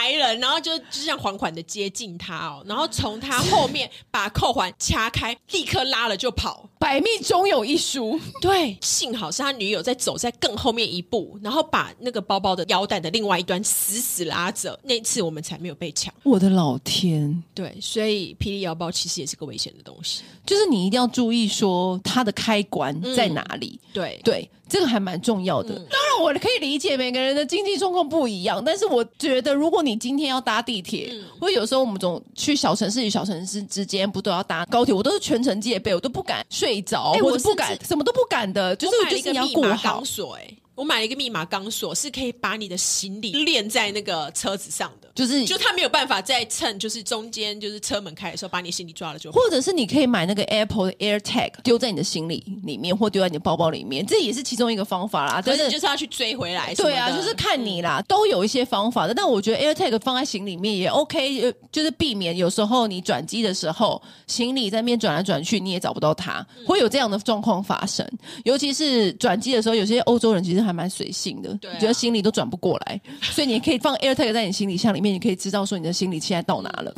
B: 来人，然后就就这样缓缓的接近他哦，然后从他后面把扣环掐开，立刻拉了就跑。
A: 百密终有一疏。
B: 对，幸好是他女友在走在更后面一步，然后把那个包包的腰带的另外一端死死拉着，那一次我们才没有被抢。
A: 我的老天。
B: 对，所以霹雳腰包其实也是个危险的东西，
A: 就是你一定要注意说它的开关在哪里。
B: 嗯、对
A: 对，这个还蛮重要的。嗯、当然我可以理解每个人的经济状况不一样，但是我觉得如果你今天要搭地铁、嗯、或者有时候我们总去小城市与小城市之间不都要搭高铁，我都是全程戒备，我都不敢睡着、欸、或者不敢什么都不敢的，就是我觉得你要顾好。
B: 我买了一个密码钢锁，是可以把你的行李链在那个车子上的，
A: 就是
B: 就他没有办法在趁就是中间就是车门开的时候把你行李抓了就好。
A: 或者是你可以买那个 Apple 的 AirTag 丢在你的行李里面或丢在你的包包里面，这也是其中一个方法啦。
B: 但是就是要去追回来。
A: 对啊，就是看你啦、嗯、都有一些方法的。但我觉得 AirTag 放在行李里面也 OK， 就是避免有时候你转机的时候行李在那边转来转去你也找不到它、嗯、会有这样的状况发生。尤其是转机的时候，有些欧洲人其实还蛮随性的，对、啊，觉得行李都转不过来，所以你可以放 AirTag 在你行李箱里面，你可以知道说你的行李现在到哪了。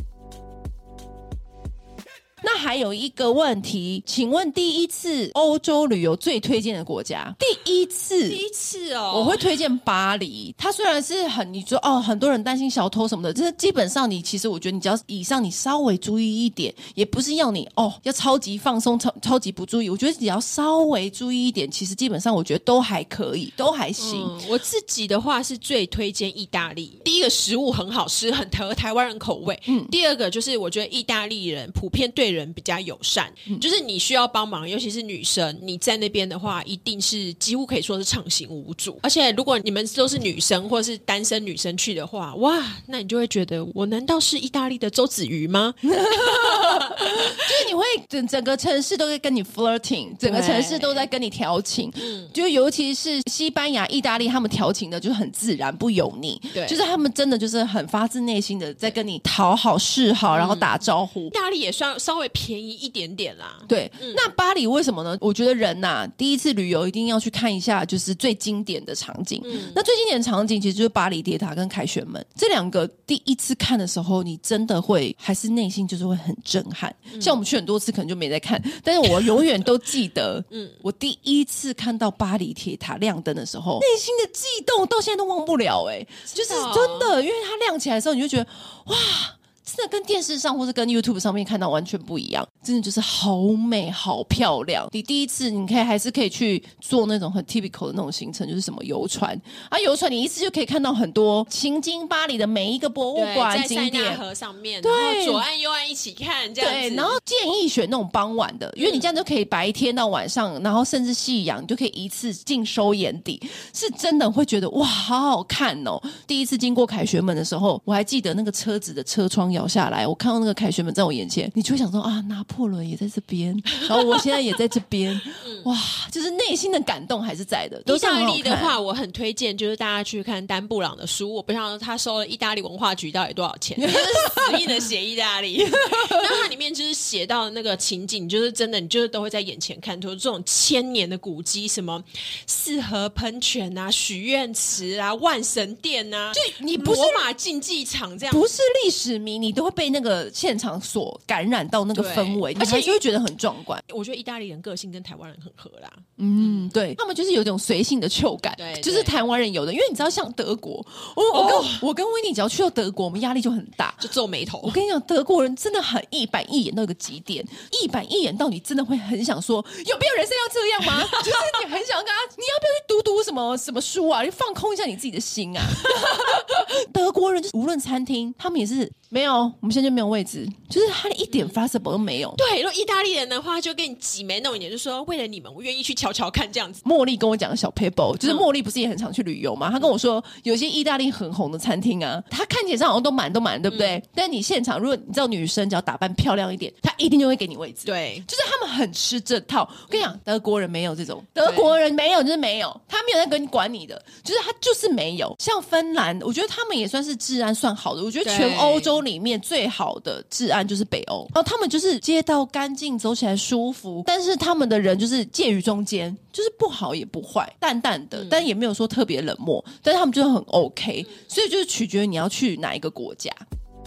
A: 那还有一个问题，请问第一次欧洲旅游最推荐的国家？第一次，
B: 第一次哦，
A: 我会推荐巴黎。它虽然是很，你说哦，很多人担心小偷什么的，这基本上你其实我觉得你只要以上你稍微注意一点，也不是要你哦要超级放松、超超级不注意。我觉得只要稍微注意一点，其实基本上我觉得都还可以，都还行。
B: 嗯、我自己的话是最推荐意大利。第一个食物很好吃，很合台湾人口味。嗯，第二个就是我觉得意大利人普遍对人比较友善、嗯、就是你需要帮忙尤其是女生，你在那边的话一定是几乎可以说是畅行无阻。而且如果你们都是女生或是单身女生去的话，哇，那你就会觉得我难道是意大利的周子瑜吗？
A: 就是你会 整, 整个城市都在跟你 flirting， 整个城市都在跟你调情、嗯、就尤其是西班牙意大利他们调情的就是很自然不油腻，对，就是他们真的就是很发自内心的在跟你讨好示好、嗯、然后打招呼。
B: 意大利也算稍微便宜一点点啦。
A: 对、嗯、那巴黎为什么呢？我觉得人呐、啊，第一次旅游一定要去看一下就是最经典的场景、嗯、那最经典的场景其实就是巴黎铁塔跟凯旋门，这两个第一次看的时候你真的会还是内心就是会很震撼、嗯、像我们去很多次可能就没在看，但是我永远都记得嗯，我第一次看到巴黎铁塔亮灯的时候内心的悸动到现在都忘不了。哎、欸，就是真的，因为它亮起来的时候你就觉得哇，真的跟电视上或是跟 YouTube 上面看到完全不一样，真的就是好美好漂亮。你第一次你可以还是可以去做那种很 typical 的那种行程，就是什么游船啊，游船你一次就可以看到很多行经巴黎的每一个博物馆景点，
B: 在塞纳河上面，然后左岸右岸一起看这样子。
A: 对，然后建议选那种傍晚的，因为你这样就可以白天到晚上，然后甚至夕阳你就可以一次尽收眼底，是真的会觉得哇好好看哦。第一次经过凯旋门的时候，我还记得那个车子的车窗摇下来，我看到那个凯旋门在我眼前，你就会想说啊，拿破仑也在这边，然后我现在也在这边、嗯、哇，就是内心的感动还是在的。
B: 意大利的话我很推荐就是大家去看丹布朗的书，我不知道他收了意大利文化局到底多少钱，就是死硬的写意大利那它里面就是写到那个情景，就是真的你就是都会在眼前看出这种千年的古迹，什么四合喷泉啊、许愿池啊、万神殿啊，
A: 就你不是
B: 罗马竞技场这样，
A: 不是历史迷你都会被那个现场所感染到那个氛围，而且就会觉得很壮观。
B: 我觉得意大利人个性跟台湾人很合啦，
A: 嗯，对，他们就是有一种随性的秋感，对，就是台湾人有的。因为你知道像德国，我我跟、哦、我跟威尼只要去到德国，我们压力就很大，
B: 就皱眉头。
A: 我跟你讲，德国人真的很一板一眼到一个极点，一板一眼到你真的会很想说，有必要人生要这样吗？就是你很想跟他，你要不要去读读什么什么书啊？你放空一下你自己的心啊。德国人就是无论餐厅，他们也是没有，我们现在就没有位置，就是他一点 flexible 都没有。
B: 对，如果意大利人的话，就跟你挤眉弄眼，就说为了你们，我愿意去瞧瞧看这样子。
A: 茉莉跟我讲的小 paper， 就是茉莉不是也很常去旅游吗？她跟我说，有些意大利很红的餐厅啊，她看起来上好像都满都满，对不对？嗯、但你现场，如果你知道女生只要打扮漂亮一点，她一定就会给你位置。
B: 对，
A: 就是他们很吃这套。我跟你讲，德国人没有这种，德国人没有就是没有，他没有在跟你管你的，就是他就是没有。像芬兰，我觉得他们也算是治安算好的。我觉得全欧洲里面。 面最好的治安就是北欧，然后他们就是街道干净，走起来舒服，但是他们的人就是介于中间，就是不好也不坏，淡淡的、嗯、但也没有说特别冷漠，但是他们就是很 OK， 所以就是取决于你要去哪一个国家。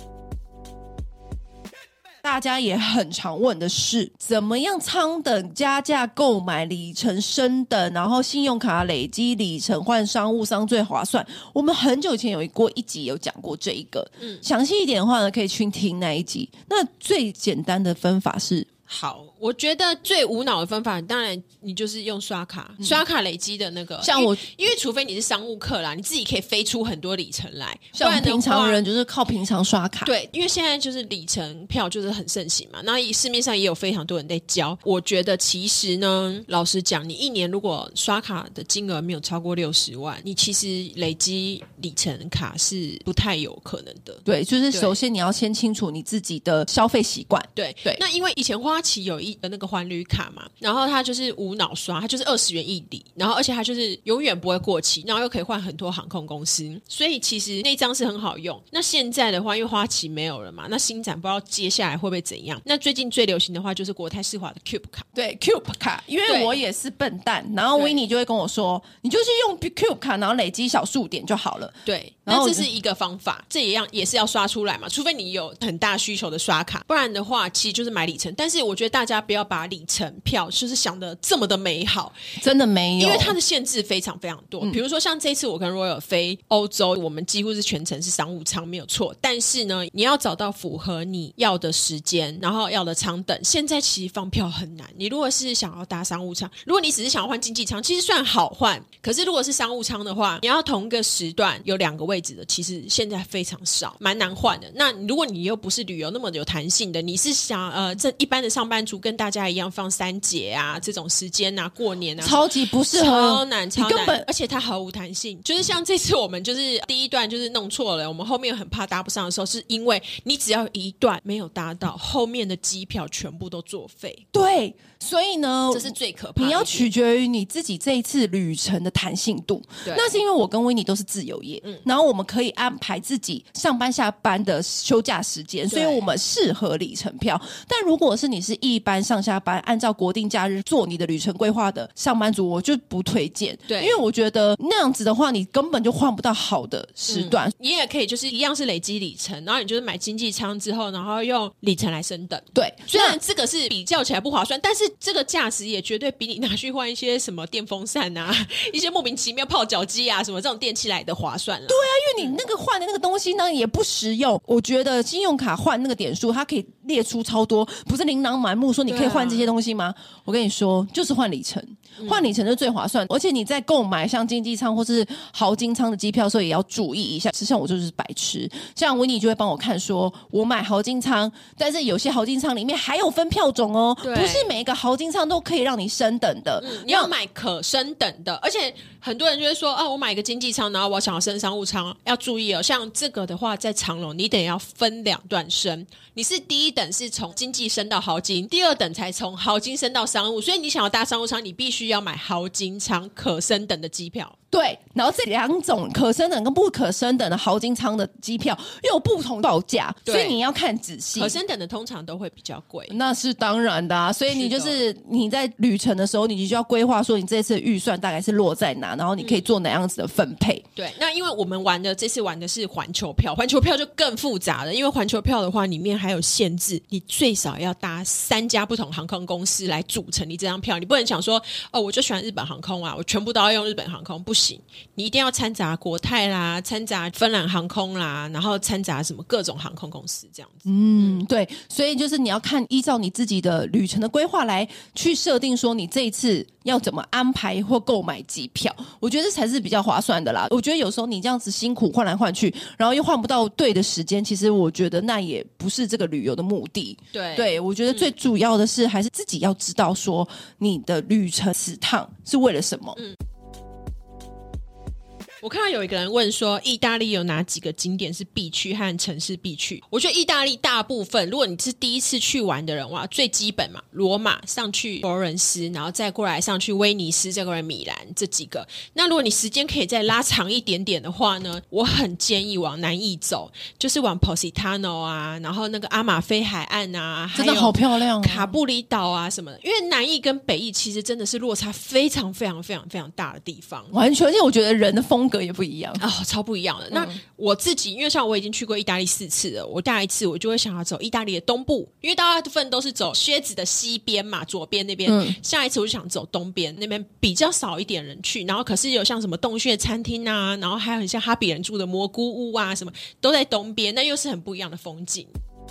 A: 大家也很常问的是，怎么样舱等加价购买里程升等，然后信用卡累积里程换商务舱最划算？我们很久以前有过一集有讲过这一个，嗯，详细一点的话呢，可以去听那一集。那最简单的分法是，
B: 好，我觉得最无脑的方法，当然你就是用刷卡，嗯、刷卡累积的那个。
A: 像我，
B: 因为，因为除非你是商务客啦，你自己可以飞出很多里程来。
A: 像我们平常人就是靠平常刷卡。
B: 对，因为现在就是里程票就是很盛行嘛，那市面上也有非常多人在交。我觉得其实呢，老实讲，你一年如果刷卡的金额没有超过六十万，你其实累积里程卡是不太有可能的。
A: 对，就是首先你要先清楚你自己的消费习惯。
B: 对对，那因为以前花旗有一的那个环旅卡嘛，然后它就是无脑刷，它就是二十元一里，然后而且它就是永远不会过期，然后又可以换很多航空公司，所以其实那张是很好用。那现在的话，因为花旗没有了嘛，那新展不知道接下来会不会怎样。那最近最流行的话就是国泰世华的 Cube 卡，
A: 对 Cube 卡，因为我也是笨蛋，然后 Winnie 就会跟我说，你就是用 Cube 卡，然后累积小数点就好了。
B: 对，那这是一个方法，这一样也是要刷出来嘛，除非你有很大需求的刷卡，不然的话其实就是买里程。但是我觉得大家不要把里程票就是想的这么的美好，
A: 真的没有，
B: 因为它的限制非常非常多、嗯、比如说像这次我跟 Royal 飞欧洲，我们几乎是全程是商务舱没有错，但是呢你要找到符合你要的时间然后要的舱等，现在其实放票很难。你如果是想要搭商务舱，如果你只是想要换经济舱，其实算好换，可是如果是商务舱的话，你要同一个时段有两个位置的，其实现在非常少，蛮难换的。那如果你又不是旅游那么有弹性的，你是想呃这一般的上班族跟大家一样放三节啊这种时间啊，过年啊，
A: 超级不适合，
B: 超难超难，而且它毫无弹性。就是像这次我们就是第一段就是弄错了，我们后面很怕搭不上的时候，是因为你只要一段没有搭到，后面的机票全部都作废。
A: 对，所以呢
B: 这是最可怕的，
A: 你要取决于你自己这一次旅程的弹性度。那是因为我跟维尼都是自由业、嗯、然后我们可以安排自己上班下班的休假时间，所以我们适合里程票。但如果是你是一般上下班按照国定假日做你的旅程规划的上班族，我就不推荐。对，因为我觉得那样子的话你根本就换不到好的时段、嗯、
B: 你也可以就是一样是累积里程，然后你就是买经济舱之后然后用里程来升等。
A: 对，
B: 虽然这个是比较起来不划算，但是这个价值也绝对比你拿去换一些什么电风扇啊一些莫名其妙泡脚机啊什么这种电器来的划算了。
A: 对啊，因为你那个换的那个东西呢也不实用。我觉得信用卡换那个点数它可以列出超多，不是琳琅满目说你可以换这些东西吗、啊、我跟你说就是换里程，换里程是最划算的、嗯、而且你在购买像经济舱或是豪金舱的机票的时候也要注意一下。像我就是白痴，像维尼就会帮我看说我买豪金舱，但是有些豪金舱里面还有分票种哦，不是每一个豪金舱都可以让你升等的、
B: 嗯、你要买可升等的。而且很多人就会说啊，我买一个经济舱然后我想要升商务舱，要注意哦，像这个的话在长荣你得要分两段升，你是第一等是从经济升到豪金，第二等才从豪金升到商务，所以你想要搭商务舱你必须要买豪金舱可升等的机票。
A: 对，然后这两种可升等跟不可升等的豪金舱的机票又有不同报价，所以你要看仔细。
B: 可升等的通常都会比较贵，
A: 那是当然的啊。所以你就是你在旅程的时候你就要规划说你这次的预算大概是落在哪，然后你可以做哪样子的分配、嗯、
B: 对。那因为我们玩的这次玩的是环球票，环球票就更复杂了，因为环球票的话里面还有限制，你最少要搭三家不同航空公司来组成你这张票，你不能想说哦我就喜欢日本航空啊，我全部都要用日本航空，不行，你一定要掺杂国泰啦，掺杂芬兰航空啦，然后掺杂什么各种航空公司这样子。
A: 嗯，对，所以就是你要看依照你自己的旅程的规划来去设定说你这一次要怎么安排或购买机票，我觉得这才是比较划算的啦。我觉得有时候你这样子辛苦换来换去，然后又换不到对的时间，其实我觉得那也不是这个旅游的目的。
B: 对，
A: 对，我觉得最主要的是、嗯、还是自己要知道说你的旅程此趟是为了什么。嗯。
B: 我看到有一个人问说意大利有哪几个景点是必去和城市必去。我觉得意大利大部分如果你是第一次去玩的人，哇，最基本嘛，罗马上去佛罗伦斯，然后再过来上去威尼斯，再过来米兰，这几个。那如果你时间可以再拉长一点点的话呢，我很建议往南意走，就是往 Positano 啊，然后那个阿马菲海岸啊，
A: 真的好漂亮、哦、
B: 卡布里岛啊什么的。因为南意跟北意其实真的是落差非常非常非常非常大的地方，
A: 完全。而且我觉得人的风格也不一样
B: 哦，超不一样的、嗯、那我自己因为像我已经去过意大利四次了，我下一次我就会想要走意大利的东部，因为大部分都是走靴子的西边嘛，左边那边、嗯、下一次我就想走东边那边，比较少一点人去，然后可是有像什么洞穴餐厅啊，然后还有很像哈比人住的蘑菇屋啊，什么都在东边，那又是很不一样的风景。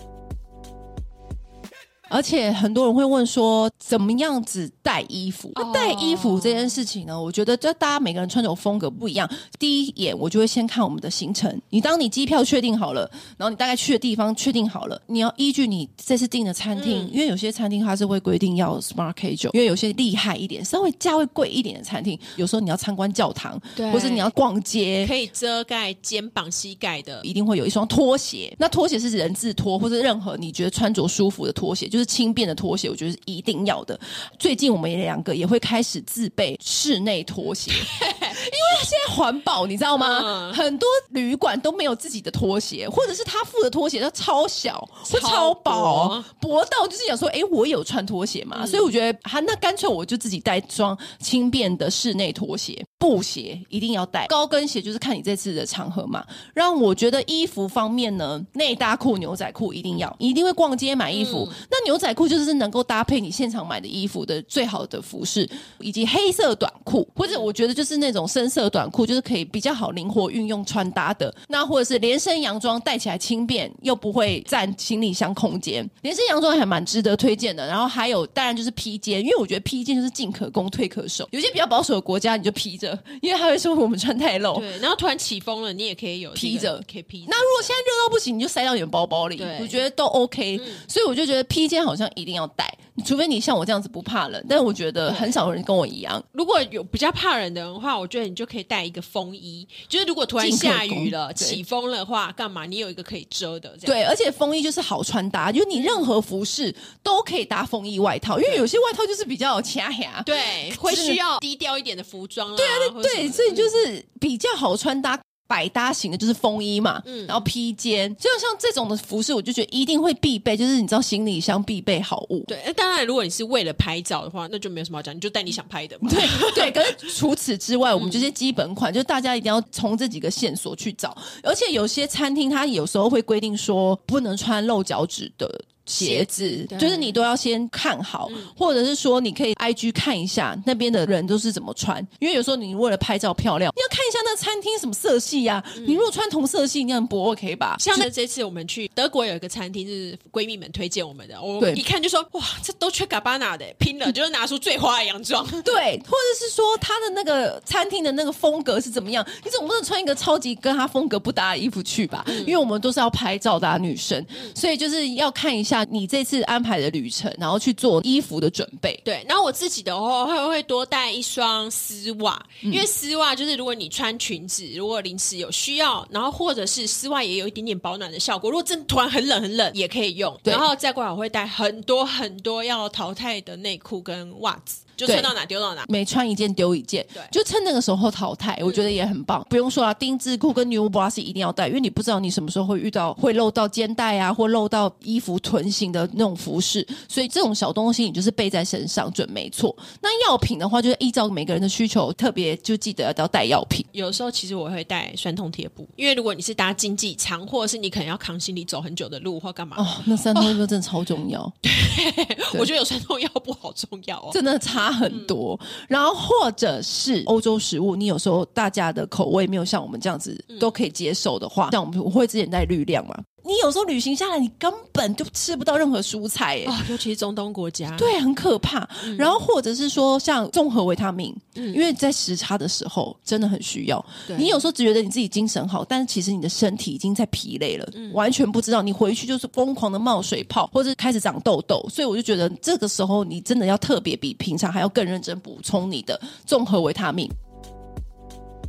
A: 而且很多人会问说怎么样子带衣服、oh. 带衣服这件事情呢，我觉得就大家每个人穿着风格不一样。第一眼我就会先看我们的行程，你当你机票确定好了，然后你大概去的地方确定好了，你要依据你这次订的餐厅、嗯、因为有些餐厅它是会规定要 smart casual， 因为有些厉害一点稍微价位贵一点的餐厅，有时候你要参观教堂，或是你要逛街
B: 可以遮盖肩膀膝盖的，
A: 一定会有一双拖鞋，那拖鞋是人字拖或者任何你觉得穿着舒服的拖鞋，就是轻便的拖鞋，我觉得是一定要的。最近我们两个也会开始自备室内拖鞋因为现在环保你知道吗、嗯、很多旅馆都没有自己的拖鞋，或者是他付的拖鞋都超小或超薄，薄到就是想说诶我有穿拖鞋嘛、嗯、所以我觉得啊，那干脆我就自己带双轻便的室内拖鞋。布鞋一定要带，高跟鞋就是看你这次的场合嘛。让我觉得衣服方面呢，内搭裤牛仔裤一定要，你一定会逛街买衣服、嗯、那牛仔裤就是能够搭配你现场买的衣服的最好的服饰，以及黑色短裤，或者我觉得就是那种深色短裤，就是可以比较好灵活运用穿搭的。那或者是连身洋装，带起来轻便又不会占行李箱空间，连身洋装还蛮值得推荐的。然后还有当然就是披肩，因为我觉得披肩就是进可攻退可守，有些比较保守的国家你就披着，因为他会说我们穿太露，
B: 对，然后突然起风了你也可以有
A: 披着，
B: 可以披着。
A: 那如果现在热到不行你就塞到你的包包里，我觉得都 OK、嗯、所以我就觉得披肩好像一定要带，除非你像我这样子不怕冷，但我觉得很少人跟我一样。
B: 如果有比较怕冷的人的话，我觉得你就可以带一个风衣，就是如果突然下雨了起风了的话干嘛你有一个可以遮的这样。
A: 对，而且风衣就是好穿搭，就是你任何服饰都可以搭风衣外套，因为有些外套就是比较掐牙，
B: 对，会需要低调一点的服装啦。
A: 对啊，对对，所以就是比较好穿搭百搭型的就是风衣嘛、嗯、然后披肩，就像这种的服饰我就觉得一定会必备，就是你知道行李箱必备好物。
B: 对，当然如果你是为了拍照的话那就没有什么好讲，你就带你想拍的嘛。
A: 对对，可是除此之外我们这些基本款、嗯、就大家一定要从这几个线索去找。而且有些餐厅它有时候会规定说不能穿露脚趾的鞋子，就是你都要先看好、嗯、或者是说你可以 I G 看一下那边的人都是怎么穿，因为有时候你为了拍照漂亮你要看一下那餐厅什么色系啊、嗯、你如果穿同色系那样不 OK 吧。
B: 像那这次我们去德国有一个餐厅是闺蜜们推荐我们的，我一看就说哇这都缺 Gabbana 的，拼了就是拿出最花的洋装
A: 对，或者是说他的那个餐厅的那个风格是怎么样，你总不能穿一个超级跟他风格不搭的衣服去吧、嗯、因为我们都是要拍照的、啊、女生、嗯、所以就是要看一下你这次安排的旅程，然后去做衣服的准备。
B: 对，然后我自己的话会会多带一双丝袜、嗯、因为丝袜就是如果你穿裙子如果临时有需要，然后或者是丝袜也有一点点保暖的效果，如果真的突然很冷很冷也可以用。然后再过来我会带很多很多要淘汰的内裤跟袜子，就穿到哪丢到哪，
A: 每穿一件丢一件，对，就趁那个时候淘汰，我觉得也很棒、嗯、不用说啦，丁字裤跟 New Bra 是一定要带，因为你不知道你什么时候会遇到会露到肩带啊或露到衣服臀型的那种服饰，所以这种小东西你就是备在身上准没错。那药品的话就是依照每个人的需求，特别就记得要带药品。
B: 有时候其实我会带酸痛贴布，因为如果你是搭经济舱或者是你可能要扛行李走很久的路或干嘛，
A: 哦，那酸痛贴布真的超重要、哦、
B: 我觉得有酸痛药布好重要哦，
A: 真的差很多、嗯、然后或者是欧洲食物，你有时候大家的口味没有像我们这样子都可以接受的话、嗯、像我们我会之前带绿量嘛，你有时候旅行下来你根本就吃不到任何蔬菜、欸
B: 哦、尤其是中东国家，
A: 对，很可怕、嗯、然后或者是说像综合维他命、嗯、因为在时差的时候真的很需要，你有时候只觉得你自己精神好，但是其实你的身体已经在疲累了、嗯、完全不知道，你回去就是疯狂的冒水泡或者开始长痘痘，所以我就觉得这个时候你真的要特别比平常还要更认真补充你的综合维他命。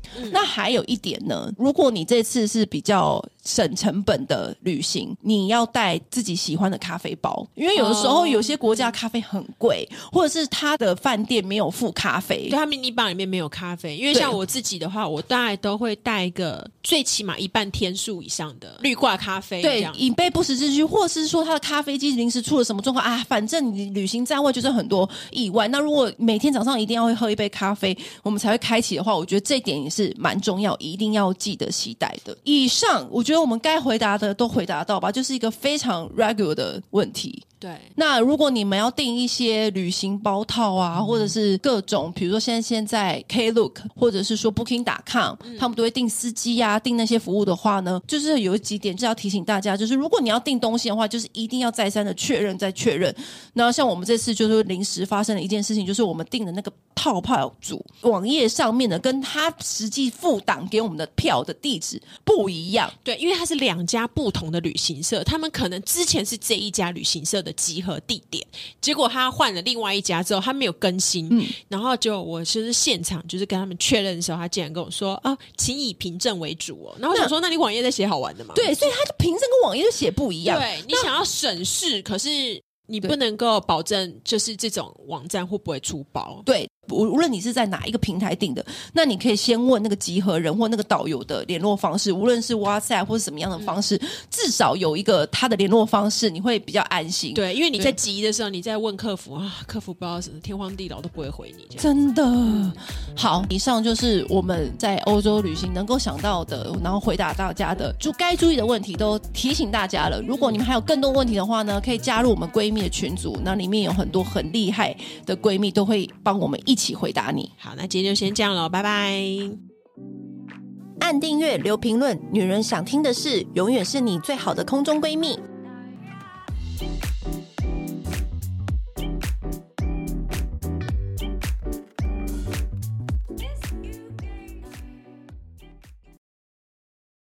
A: 嗯、那还有一点呢，如果你这次是比较省成本的旅行，你要带自己喜欢的咖啡包，因为有的时候有些国家咖啡很贵，或者是他的饭店没有附咖啡，
B: 对，他迷你榜里面没有咖啡。因为像我自己的话，我大概都会带一个最起码一半天数以上的绿挂咖啡，
A: 对，以备不时之需，或者是说他的咖啡机临时出了什么状况啊，反正你旅行在外就是很多意外，那如果每天早上一定要会喝一杯咖啡我们才会开启的话，我觉得这一点也是蛮重要，一定要记得携带的。以上我觉得我们该回答的都回答到吧，就是一个非常 regular 的问题。
B: 对，
A: 那如果你们要订一些旅行包套啊，或者是各种比如说现在现在 Klook 或者是说 Booking 点 com、嗯、他们都会订司机啊订那些服务的话呢，就是有几点是要提醒大家，就是如果你要订东西的话，就是一定要再三的确认再确认。那像我们这次就是临时发生的一件事情，就是我们订的那个套票组网页上面的跟他实际附档给我们的票的地址不一样。
B: 对，因为它是两家不同的旅行社，他们可能之前是这一家旅行社的集合地点，结果他换了另外一家之后他没有更新、嗯、然后就我就是现场就是跟他们确认的时候，他竟然跟我说啊，请以凭证为主哦。然后我想说 那, 那你网页在写好玩的吗？
A: 对，所以他就凭证跟网页就写不一样。
B: 对，你想要省事，可是你不能够保证就是这种网站会不会出包。
A: 对，无论你是在哪一个平台订的，那你可以先问那个集合人或那个导游的联络方式，无论是 WhatsApp 或是什么样的方式、嗯、至少有一个他的联络方式，你会比较安心。
B: 对，因为你在急的时候你在问客服啊，客服不知道什么天荒地老都不会回你，
A: 真的。好，以上就是我们在欧洲旅行能够想到的，然后回答大家的就该注意的问题都提醒大家了。如果你们还有更多问题的话呢，可以加入我们闺蜜的群组，那里面有很多很厉害的闺蜜都会帮我们一起回答你。
B: 好，那今天就先这样了，拜拜。
A: 按订阅留评论，女人想听的事永远是你最好的空中闺蜜。